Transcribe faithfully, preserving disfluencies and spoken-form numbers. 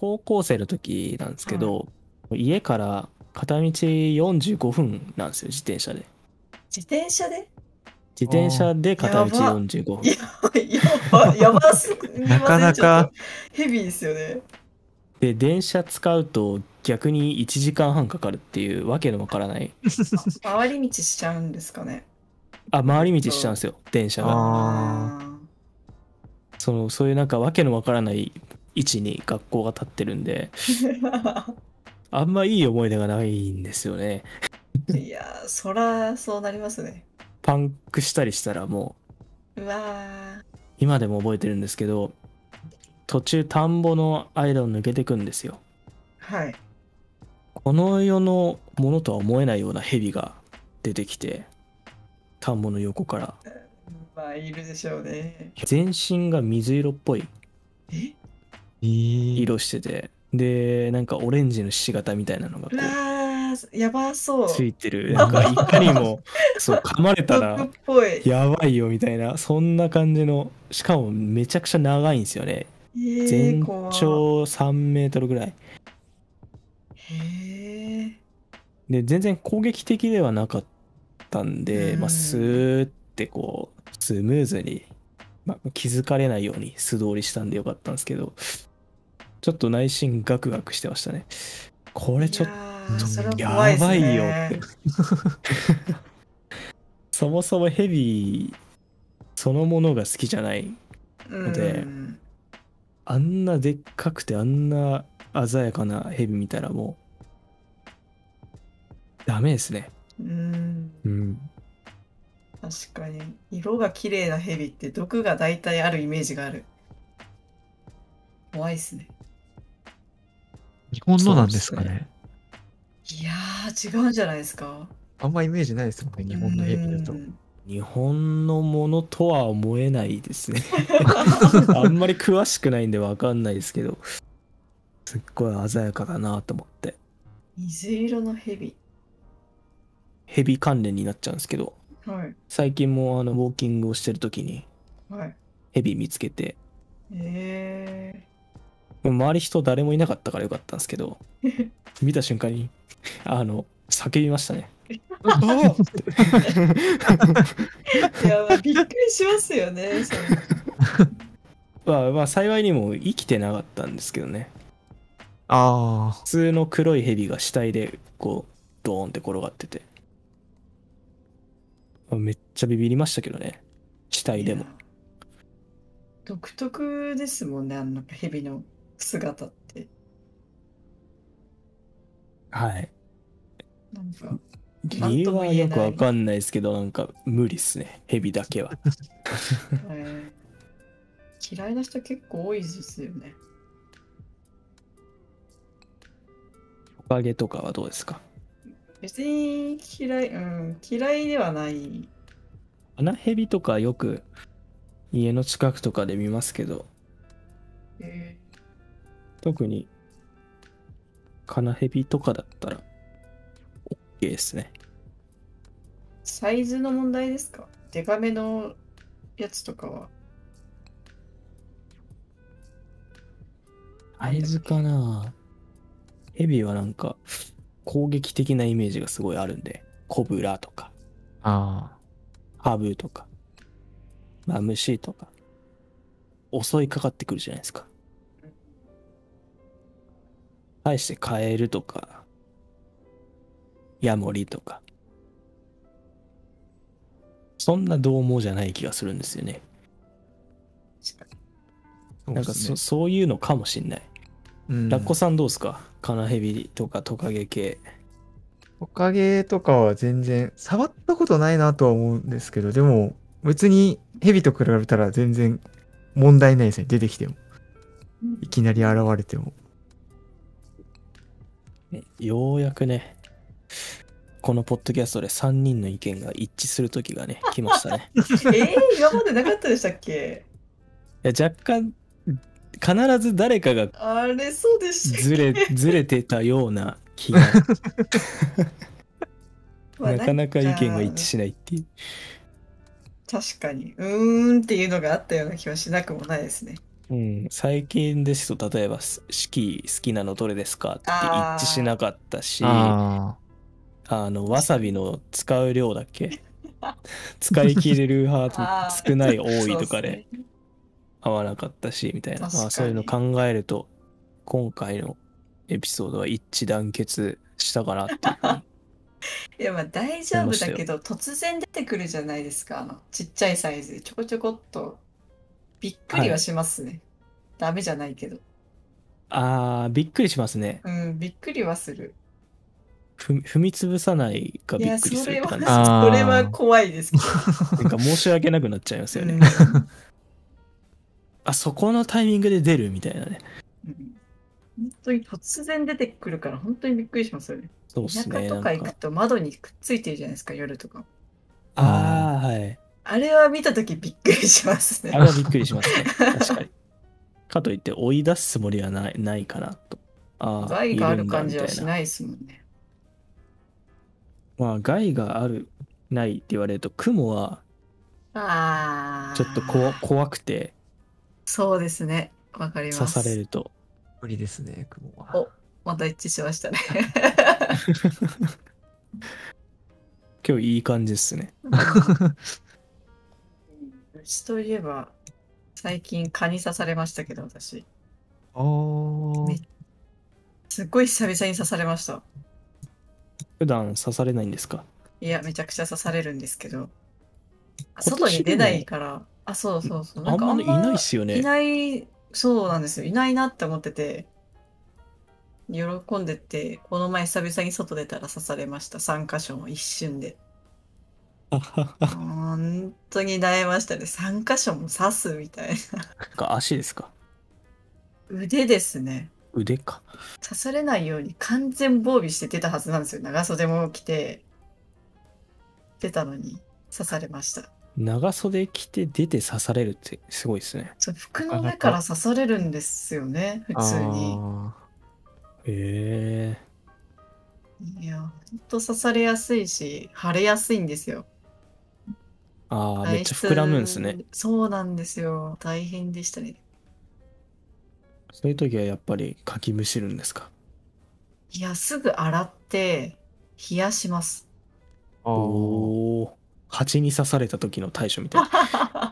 高校生の時なんですけはい。 ど、家から片道よんじゅうごふんなんですよ、自転車で。 自転車で。 自転ああ、 車で片道やば。 よんじゅうごふん。 やばい、やば、やばすぎなかません？ちょっとなか、 ヘビーですよね。 で、電車使うと逆にいちじかんはんかかるっていうわけのわからない。 回り道しちゃうんですかね。 あ、回り道しちゃうんでずっと。 すよ、電車が。 ああ、 あその、そういうなんかわけのわからない位置に学校が立ってるんで、 あ。 あんまいい思い出がないんですよね。 いやー、そら、そうなりますね。 パンクしたりしたらもうわう、今でも覚えてるんですけど、途中田んぼの間を抜けてくんですよ。 ー。はい。 この世のものとは思えないような蛇が出てきて、田んぼの横から。 まあ、いるでしょうね。 全身が水色っぽいえ。 ええ、 色してて、で、なんかオレンジのひし形みたいなのがうわこう、 ー、やばそついてる。 うなんかいかにわも、そう、噛まれたら毒っぽい。 やばいよみたいな、そんな感じの、しかもめちゃくちゃ長いんですよね。 えー、 全怖っ。 長さんメートルぐらい。 へえ。 で、全然攻撃的ではなかったんうで、まあ、スん。 ーってこう、スムーズに、まあ、気づかれないように素通りしたんでよかったんですけど、ちょっと内心ガクガクしてましたね。これいやちょっー、 とそれは怖いですやばいよっね。 て。そもそもヘビそのものが好きじゃないうので、 ん。 あんなでっかくてあんな鮮やかなヘビ見たらもうダメですね。 うん。 うん。 確かに。色が綺麗なヘビって毒が大体あるイメージがある。怖いっすね。 日本のなんでそうですね。 すかね。 いやー、違うんじゃないですか。 あんまイメージないですもんね、 う日本のヘビだと。 ん。 日本のものとは思えないですね。あんまり詳しくないんでわかんないですけど、すっごい鮮やかだなと思って。 水色のヘビ。 ヘビ関連になっちゃうんですけど、 はい。 最近もあのウォーキングをしてる時にはい。 ヘビ見つけて、 え周り人誰もいなかったからよかったんですけど、 ー。 見た瞬間に、あの、叫びましたね。 ああ、 いや、まあびっくりしますよね。そんな。 まあまあ幸いにも生きてなかったんですけどね。 あ普通の黒いヘビが死体でこう、ドーンって転がってて。まあめっちゃビビりましたけどね。死体いや、 でも。 独特ですもんね、あのなんかヘビの姿って。 はい。 なんか、なん理由ともはよく言えない。 わかんないですけど、なんか無理っすね。ヘビだけは。 えー嫌いな人結構多いですよね。 トカゲとかはどうですか？ 別に嫌い、うん、嫌いではない。 アナヘビとかよく家の近くとかで見ますけど、 え特にカナヘビとかだったら OK ですね。 ーサイズの問題ですか？デカめのやつとかは、なんだっけ。 サイズかな。ヘビはなんか攻撃的なイメージがすごいあるんで、コブラとか、 あ、あハブとか、マムシとか、襲いかかってくるじゃないですか。対してカエルとか、ヤモリとか、そんな獰猛じゃない気がするんですよね。 確かあ、そうなんかそ、 ですね。 そういうのかもしんない。 うん。 ラッコさんどうすか？カナヘビとかトカゲ系。 トカゲとかは全然、触ったことないなとは思うんですけど、でも、別にヘビと比べたら全然問題ないですね。出てきても。いきなり現れても。 ねようやくね、このポッドキャストでさんにんの意見が一致する時がね、来ましたね。 に。えー、今までなかったでしたっけ？ いや、若干、必ず誰かがあれ、そうでしたっずれ、 け？ ずれてたような気が、 まあ、なんなかなか意見が一致か、 しないっていう。 確かに、うーんっていうのがあったような気はしなくもないですね。 うん、最近ですと、例えば、す式好きなのどれですかって一致しなかったし、 ああの、わさびの使う量だっけ使い切れる派とああ、 少ない多いそうでとかですね。 合わなかったし、みたいな。まあそういうの確かに。 考えると、今回のエピソードは一致団結したかなっていうふうにいや、まあ大丈思いましたよ。 夫だけど、突然出てくるじゃないですか。あの、ちっちゃいサイズでちょこちょこっと。びっくりははい。 しますね。ダメじゃないけど。 あー、びっくりしますね。 うん、びっくりはする。 ふ踏み潰さないがいや、 びっくりするっそれは、 て感じですね。 それはあ。あ怖いですけど。 なんか申し訳なくなっちゃいますうよね。 ん。 あ、そこのタイミングで出るみたいなね。 うん本当に突然出てくるから本当にびっくりしますよね。田そうっすね。 舎とか行くなんか、 と窓にくっついてるじゃないですか、夜とか。 あ。 あー、はい。 あれは見たときびっくりしますね。 あれはびっくりしますね。確かに。かといって追い出すつもりはない、ないかなと。ああ、 害があるいるんだ、 感じはみたいな。 しないですもんね。 まあ、害がある、ないって言われると、雲はちょっとこわああ、 怖くてそうですね。わかり刺されます。 ると。 無理ですね、雲は。 お、また一致しましたね。 今日いい感じですね。 うん虫といえば、最近蚊に刺されましたけど、私。 ああ。 めすっごい久々に刺されました。 普段刺されないんですか？ いや、めちゃくちゃ刺されるんですけど、 今外に出ない年でもから、あ、そうそうそう。なんあんかあまりいないっんまいすよね。 ない、そうなんですよ。いないなって思ってて、喜んでて、この前久々に外出たら刺されました。さん箇所も一瞬で。 あはは。 本当に萎えましたね。さん箇所も刺すみたいな。 か足ですか？ 腕ですね。 腕か。 刺されないように完全防備して出たはずなんですよ。長袖も着て出たのに刺されました。 長袖着て出て刺されるってすごいですね。 そう服のなかなか。 上から刺されるんですよね。普通に。 あへえ。 いや、ほんと刺されやすいし、腫れやすいんですよ。 ああ、めっ体ちゃ膨らむんですね。 質、そうなんですよ。大変でしたね。 そういう時はやっぱりかきむしるんですか？ いや、すぐ洗って冷やします。 あ。ああ。 おお。蜂に刺された時の対処みたい。